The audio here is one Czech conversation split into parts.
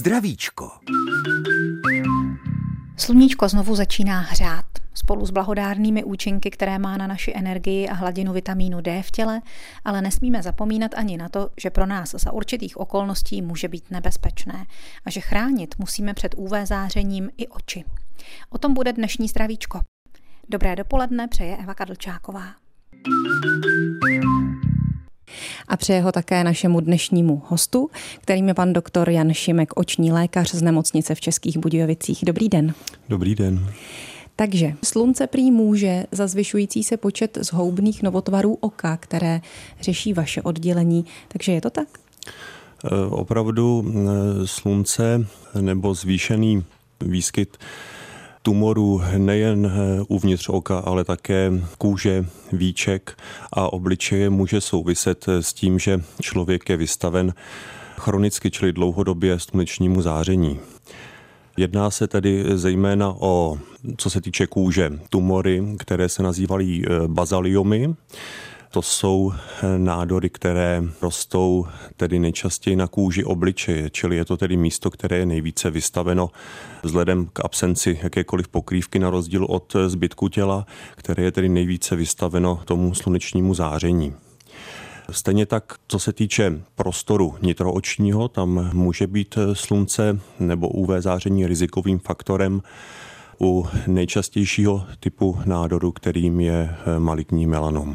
Zdravíčko. Sluníčko znovu začíná hřát. Spolu s blahodárnými účinky, které má na naši energii a hladinu vitamínu D v těle, ale nesmíme zapomínat ani na to, že pro nás za určitých okolností může být nebezpečné a že chránit musíme před UV zářením i oči. O tom bude dnešní Zdravíčko. Dobré dopoledne přeje Eva Kadlčáková. A přeje ho také našemu dnešnímu hostu, kterým je pan doktor Jan Šimek, oční lékař z nemocnice v Českých Budějovicích. Dobrý den. Dobrý den. Takže slunce prý může za zvyšující se počet zhoubných novotvarů oka, které řeší vaše oddělení. Takže je to tak? Opravdu slunce nebo zvýšený výskyt tumorů nejen uvnitř oka, ale také kůže, víček a obličeje může souviset s tím, že člověk je vystaven chronicky, čili dlouhodobě slunečnímu záření. Jedná se tedy zejména o, co se týče kůže, tumory, které se nazývají bazaliomy. To jsou nádory, které rostou tedy nejčastěji na kůži obličeje, čili je to tedy místo, které je nejvíce vystaveno vzhledem k absenci jakékoliv pokrývky na rozdíl od zbytku těla, které je tedy nejvíce vystaveno tomu slunečnímu záření. Stejně tak, co se týče prostoru nitroočního, tam může být slunce nebo UV záření rizikovým faktorem u nejčastějšího typu nádoru, kterým je maligní melanom.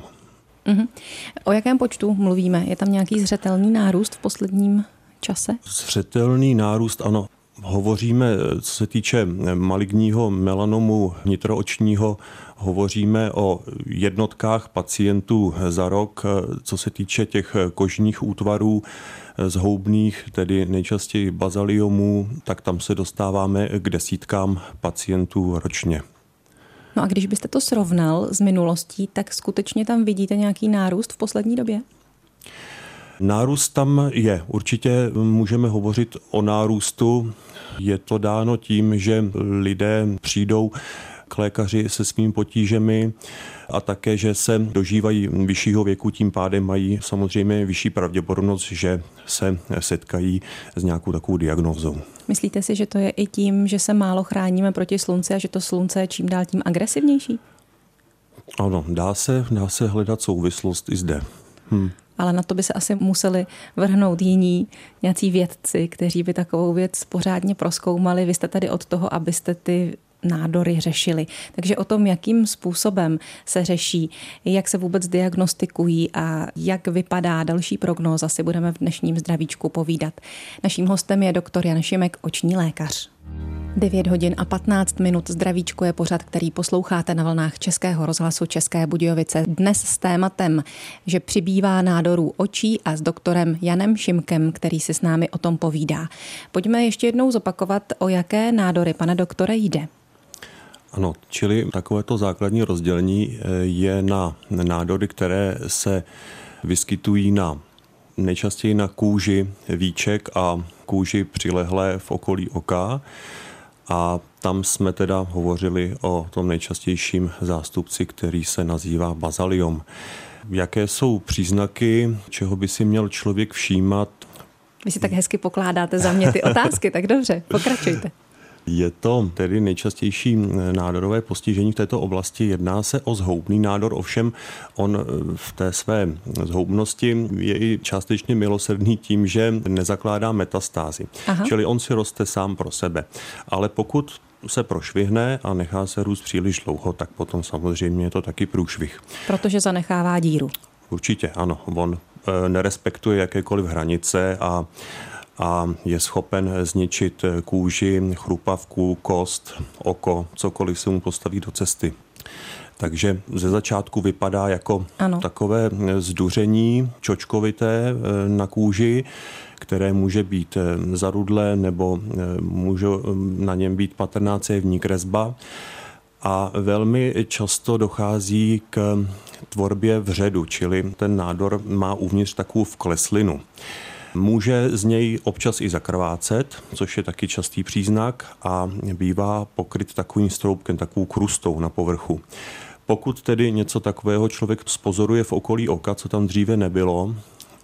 O jakém počtu mluvíme? Je tam nějaký zřetelný nárůst v posledním čase? Zřetelný nárůst, ano. Hovoříme, co se týče maligního melanomu nitroočního, hovoříme o jednotkách pacientů za rok. Co se týče těch kožních útvarů zhoubných, tedy nejčastěji bazaliomů, tak tam se dostáváme k desítkám pacientů ročně. No a když byste to srovnal s minulostí, tak skutečně tam vidíte nějaký nárůst v poslední době? Nárůst tam je. Určitě můžeme hovořit o nárůstu. Je to dáno tím, že lidé přijdou k lékaři se svými potížemi a také, že se dožívají vyššího věku, tím pádem mají samozřejmě vyšší pravděpodobnost, že se setkají s nějakou takovou diagnózou. Myslíte si, že to je i tím, že se málo chráníme proti slunci a že to slunce je čím dál tím agresivnější? Ano, dá se hledat souvislost i zde. Ale na to by se asi museli vrhnout jiní nějací vědci, kteří by takovou věc pořádně prozkoumali. Vy jste tady od toho, abyste ty nádory řešili. Takže o tom, jakým způsobem se řeší, jak se vůbec diagnostikují a jak vypadá další prognóza, si budeme v dnešním Zdravíčku povídat. Naším hostem je doktor Jan Šimek, oční lékař. 9 hodin a 15 minut. Zdravíčko je pořad, který posloucháte na vlnách Českého rozhlasu České Budějovice. Dnes s tématem, že přibývá nádorů očí a s doktorem Janem Šimkem, který si s námi o tom povídá. Pojďme ještě jednou zopakovat, o jaké nádory, pane doktore, jde. Ano, čili takovéto základní rozdělení je na nádory, které se vyskytují nejčastěji na kůži víček a kůži přilehlé v okolí oka. A tam jsme teda hovořili o tom nejčastějším zástupci, který se nazývá bazaliom. Jaké jsou příznaky, čeho by si měl člověk všímat? Vy si tak hezky pokládáte za mě ty otázky, tak dobře, pokračujte. Je to tedy nejčastější nádorové postižení v této oblasti. Jedná se o zhoubný nádor, ovšem on v té své zhoubnosti je i částečně milosrdný tím, že nezakládá metastázy. Aha. Čili on si roste sám pro sebe. Ale pokud se prošvihne a nechá se růst příliš dlouho, tak potom samozřejmě je to taky průšvih. Protože zanechává díru. Určitě, ano. On nerespektuje jakékoliv hranice a je schopen zničit kůži, chrupavku, kost, oko, cokoliv se mu postaví do cesty. Takže ze začátku vypadá jako takové zduření čočkovité na kůži, které může být zarudlé nebo může na něm být patrná cévní kresba. A velmi často dochází k tvorbě vředu, čili ten nádor má uvnitř takovou vkleslinu. Může z něj občas i zakrvácet, což je taky častý příznak a bývá pokryt takovým stroubkem, takovou krustou na povrchu. Pokud tedy něco takového člověk zpozoruje v okolí oka, co tam dříve nebylo,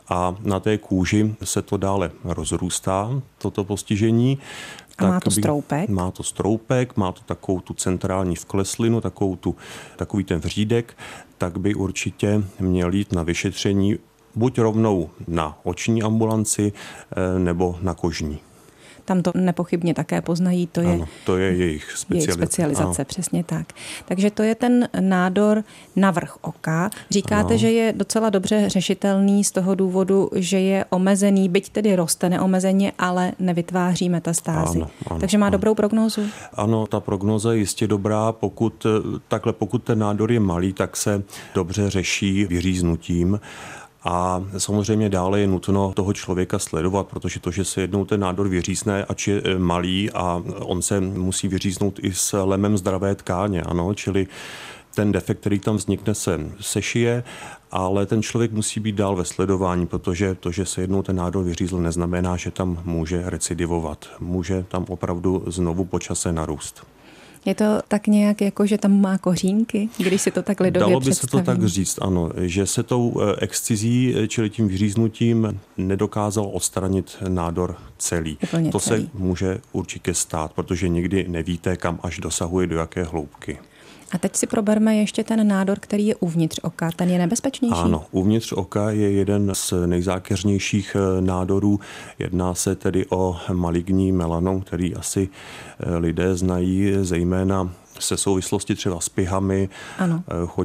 a na té kůži se to dále rozrůstá, toto postižení. A má to stroupek? Má to stroupek, má to takovou tu centrální vkleslinu, takový ten vřídek, tak by určitě měl jít na vyšetření buď rovnou na oční ambulanci nebo na kožní. Tam to nepochybně také poznají, to je jejich specializace, přesně tak. Takže to je ten nádor na vrch oka. Říkáte, že je docela dobře řešitelný z toho důvodu, že je omezený, byť tedy roste neomezeně, ale nevytváří metastázy. Takže má dobrou prognózu? Ano, ta prognóza je jistě dobrá. Pokud ten nádor je malý, tak se dobře řeší vyříznutím. A samozřejmě dále je nutno toho člověka sledovat, protože to, že se jednou ten nádor vyřízne, ač je malý a on se musí vyříznout i s lemem zdravé tkáně, ano, čili ten defekt, který tam vznikne, se sešije, ale ten člověk musí být dál ve sledování, protože to, že se jednou ten nádor vyřízl, neznamená, že tam může recidivovat. Může tam opravdu znovu po čase narůst. Je to tak nějak jako, že tam má kořínky, když si to tak lidově představím? Dalo by představím. se to tak říct, ano, že se tou excizí, čili tím vyříznutím, nedokázal odstranit nádor celý. To se může určitě stát, protože nikdy nevíte, kam až dosahuje, do jaké hloubky. A teď si proberme ještě ten nádor, který je uvnitř oka. Ten je nebezpečnější? Ano, uvnitř oka je jeden z nejzákeřnějších nádorů. Jedná se tedy o maligní melanom, který asi lidé znají zejména se souvislosti třeba s pihami. Ano,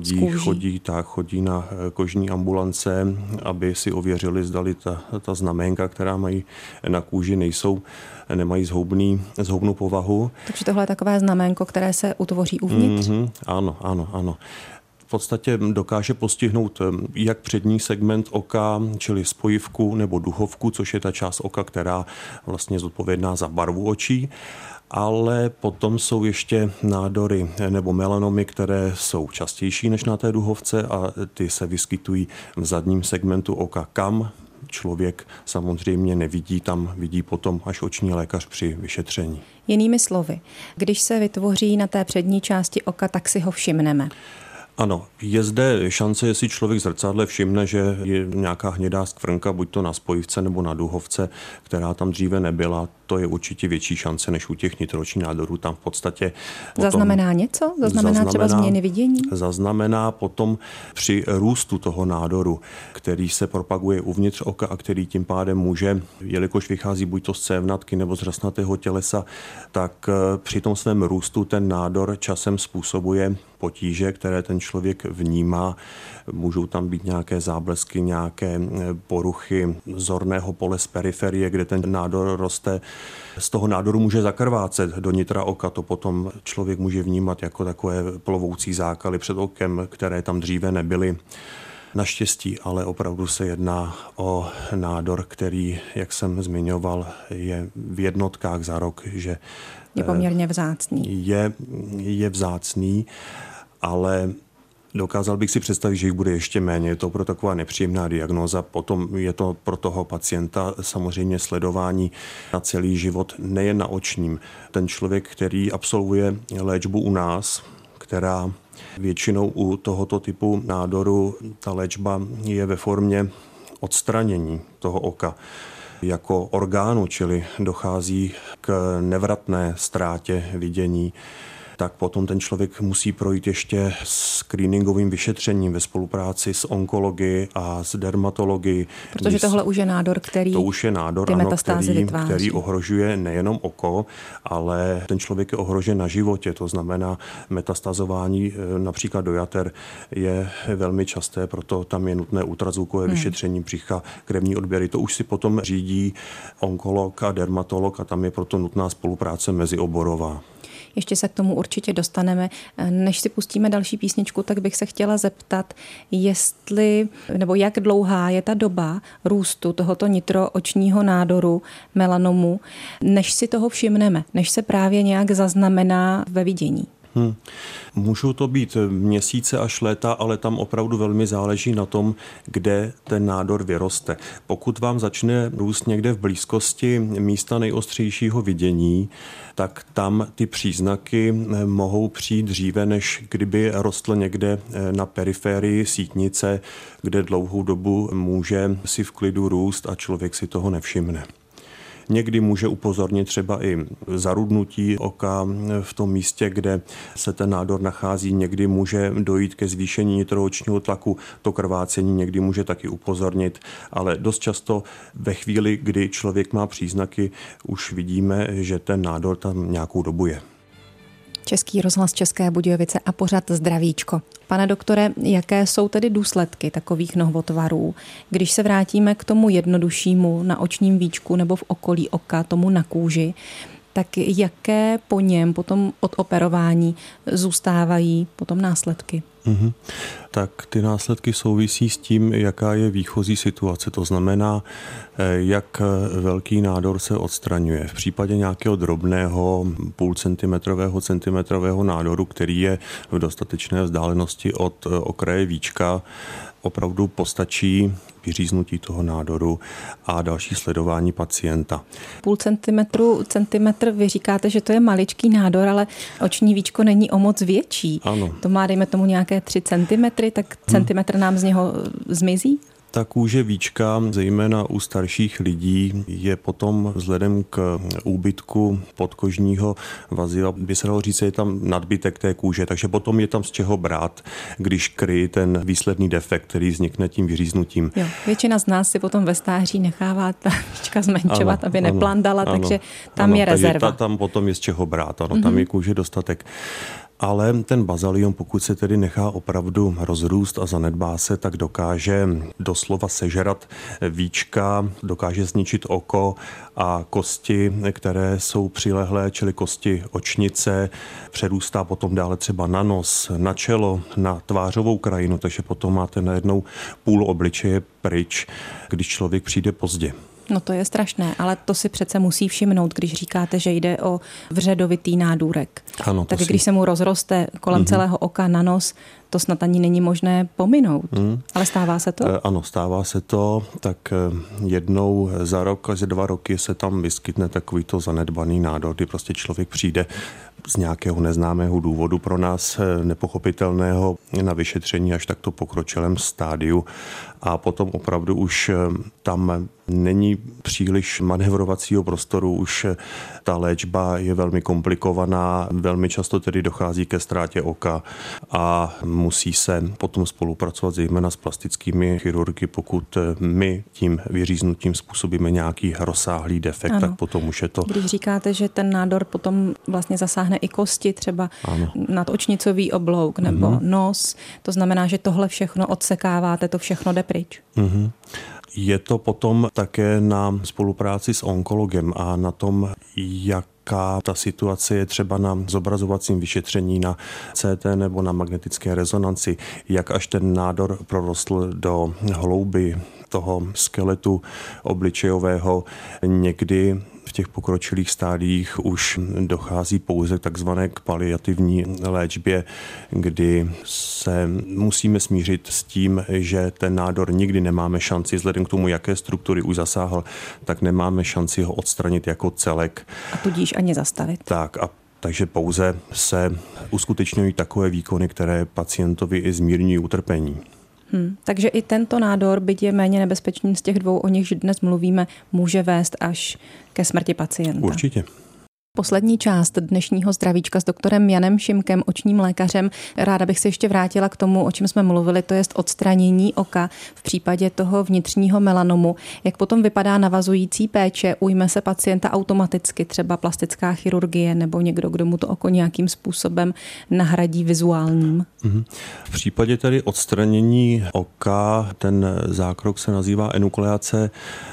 chodí na kožní ambulance, aby si ověřili, zdali ta znaménka, která mají na kůži, nemají zhoubnou povahu. Takže tohle je takové znaménko, které se utvoří uvnitř? Ano. V podstatě dokáže postihnout jak přední segment oka, čili spojivku nebo duhovku, což je ta část oka, která vlastně je zodpovědná za barvu očí. Ale potom jsou ještě nádory nebo melanomy, které jsou častější než na té duhovce a ty se vyskytují v zadním segmentu oka, kam člověk samozřejmě nevidí, tam vidí potom až oční lékař při vyšetření. Jinými slovy, když se vytvoří na té přední části oka, tak si ho všimneme. Ano, je zde šance, jestli člověk v zrcadle všimne, že je nějaká hnědá skvrnka, buď to na spojivce nebo na duhovce, která tam dříve nebyla, to je určitě větší šance než u těch nitročních nádorů. Tam v podstatě zaznamená něco? Zaznamená třeba změny vidění? Zaznamená potom při růstu toho nádoru, který se propaguje uvnitř oka a který tím pádem může, jelikož vychází buď to z cévnatky nebo z rastnatého tělesa, tak při tom svém růstu ten nádor časem způsobuje potíže, které ten člověk vnímá. Můžou tam být nějaké záblesky, nějaké poruchy zorného pole z periferie, kde ten nádor roste. Z toho nádoru může zakrvácet do nitra oka. To potom člověk může vnímat jako takové plovoucí zákaly před okem, které tam dříve nebyly. Naštěstí, ale opravdu se jedná o nádor, který, jak jsem zmiňoval, je v jednotkách za rok, že je poměrně vzácný. Je vzácný, ale dokázal bych si představit, že jich bude ještě méně. Je to pro taková nepříjemná diagnóza. Potom je to pro toho pacienta samozřejmě sledování na celý život, nejen na očním. Ten člověk, který absolvuje léčbu u nás, která většinou u tohoto typu nádoru, ta léčba je ve formě odstranění toho oka jako orgánu, čili dochází k nevratné ztrátě vidění, tak potom ten člověk musí projít ještě screeningovým vyšetřením ve spolupráci s onkology a s dermatology. Protože tohle už je nádor, který který ohrožuje nejenom oko, ale ten člověk je ohrožen na životě. To znamená, metastazování například do jater je velmi časté, proto tam je nutné ultrazvukové vyšetření břicha, krevní odběry. To už si potom řídí onkolog a dermatolog a tam je proto nutná spolupráce mezioborová. Ještě se k tomu určitě dostaneme. Než si pustíme další písničku, tak bych se chtěla zeptat, jak dlouhá je ta doba růstu tohoto nitroočního nádoru, melanomu, než si toho všimneme, než se právě nějak zaznamená ve vidění. Můžou to být měsíce až léta, ale tam opravdu velmi záleží na tom, kde ten nádor vyroste. Pokud vám začne růst někde v blízkosti místa nejostřejšího vidění, tak tam ty příznaky mohou přijít dříve, než kdyby rostl někde na periférii sítnice, kde dlouhou dobu může si v klidu růst a člověk si toho nevšimne. Někdy může upozornit třeba i zarudnutí oka v tom místě, kde se ten nádor nachází. Někdy může dojít ke zvýšení nitroočního tlaku, to krvácení někdy může taky upozornit, ale dost často ve chvíli, kdy člověk má příznaky, už vidíme, že ten nádor tam nějakou dobu je. Český rozhlas České Budějovice a pořad Zdravíčko. Pane doktore, jaké jsou tedy důsledky takových nohvotvarů? Když se vrátíme k tomu jednoduššímu na očním víčku nebo v okolí oka, tomu na kůži, tak jaké po něm potom od operování zůstávají potom následky? Tak ty následky souvisí s tím, jaká je výchozí situace. To znamená, jak velký nádor se odstraňuje. V případě nějakého drobného centimetrového nádoru, který je v dostatečné vzdálenosti od okraje víčka, opravdu postačí vyříznutí toho nádoru a další sledování pacienta. Centimetr, vy říkáte, že to je maličký nádor, ale oční víčko není o moc větší. Ano. To má, dejme tomu, nějaké 3 centimetry, tak centimetr nám z něho zmizí? Ta kůže víčka, zejména u starších lidí, je potom vzhledem k úbytku podkožního vaziva, by se dalo říct, je tam nadbytek té kůže, takže potom je tam z čeho brát, když kryje ten výsledný defekt, který vznikne tím vyříznutím. Jo, většina z nás si potom ve stáří nechává ta víčka zmenšovat, aby neplandala, takže tam je rezerva. Tam potom je z čeho brát, tam je kůže dostatek. Ale ten bazaliom, pokud se tedy nechá opravdu rozrůst a zanedbá se, tak dokáže doslova sežrat víčka, dokáže zničit oko a kosti, které jsou přilehlé, čili kosti očnice, přerůstá potom dále třeba na nos, na čelo, na tvářovou krajinu, takže potom máte najednou půl obličeje pryč, když člověk přijde pozdě. No to je strašné, ale to si přece musí všimnout, když říkáte, že jde o vředovitý nádůrek. Ano, tak když se mu rozroste kolem celého oka na nos, to snad ani není možné pominout. Ale stává se to? Ano, stává se to. Tak jednou za rok až za 2 roky se tam vyskytne takovýto zanedbaný nádor, kdy prostě člověk přijde z nějakého neznámého důvodu pro nás nepochopitelného na vyšetření až takto pokročilém stádiu a potom opravdu už tam není příliš manévrovacího prostoru, už ta léčba je velmi komplikovaná, velmi často tedy dochází ke ztrátě oka a musí se potom spolupracovat zejména s plastickými chirurgy, pokud my tím vyříznutím způsobíme nějaký rozsáhlý defekt, ano. Tak potom už je to... Když říkáte, že ten nádor potom vlastně zasáhne i kosti, třeba nadočnicový oblouk nebo nos, to znamená, že tohle všechno odsekáváte, to všechno jde pryč. Je to potom také na spolupráci s onkologem a na tom, jaká ta situace je třeba na zobrazovacím vyšetření, na CT nebo na magnetické rezonanci, jak až ten nádor prorostl do hlouby toho skeletu obličejového. Někdy v těch pokročilých stádiích už dochází pouze takzvané k paliativní léčbě, kdy se musíme smířit s tím, že ten nádor nikdy nemáme šanci, vzhledem k tomu, jaké struktury už zasáhl, tak nemáme šanci ho odstranit jako celek. A tudíž ani zastavit. Takže pouze se uskutečňují takové výkony, které pacientovi i zmírňují utrpení. Takže i tento nádor, byť je méně nebezpečný z těch 2, o nichž dnes mluvíme, může vést až ke smrti pacienta. Určitě. Poslední část dnešního zdravíčka s doktorem Janem Šimkem, očním lékařem. Ráda bych se ještě vrátila k tomu, o čem jsme mluvili, to je odstranění oka v případě toho vnitřního melanomu. Jak potom vypadá navazující péče? Ujme se pacienta automaticky, třeba plastická chirurgie nebo někdo, kdo mu to oko nějakým způsobem nahradí vizuálním? V případě tedy odstranění oka, ten zákrok se nazývá enukleace,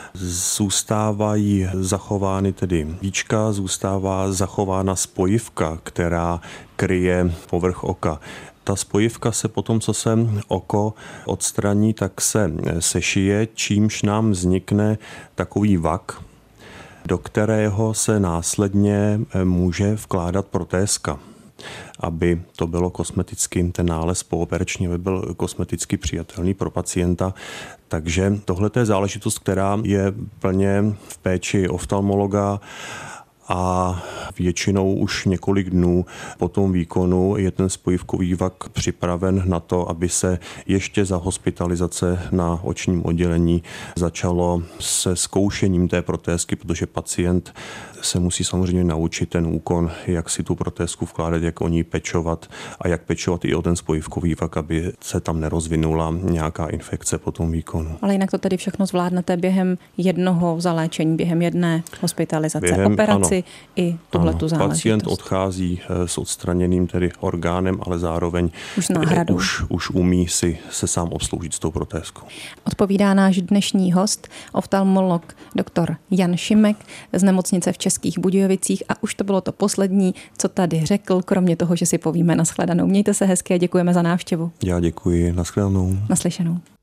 zůstávají zachovány tedy víčka, zůstává zachována spojivka, která kryje povrch oka. Ta spojivka se potom, co se oko odstraní, tak se sešije, čímž nám vznikne takový vak, do kterého se následně může vkládat protézka. aby to bylo kosmeticky, ten nález pooperačně aby byl kosmeticky přijatelný pro pacienta. Takže tohle je záležitost, která je plně v péči oftalmologa a většinou už několik dnů po tom výkonu je ten spojivkový vak připraven na to, aby se ještě za hospitalizace na očním oddělení začalo se zkoušením té protézky, protože pacient se musí samozřejmě naučit ten úkon, jak si tu protézku vkládat, jak o ní pečovat a jak pečovat i o ten spojivkový vak, aby se tam nerozvinula nějaká infekce po tom výkonu. Ale jinak to tedy všechno zvládnete během jednoho zaléčení, během jedné hospitalizace, operaci, ano, i tuhletu záležitost. Pacient odchází s odstraněným tedy orgánem, ale zároveň už umí si se sám obsloužit s tou protézkou. Odpovídá náš dnešní host, oftalmolog doktor Jan Šimek z nemocnice v Českých Budějovicích a už to bylo to poslední, co tady řekl, kromě toho, že si povíme nashledanou. Mějte se hezky a děkujeme za návštěvu. Já děkuji, nashledanou. Naslyšenou.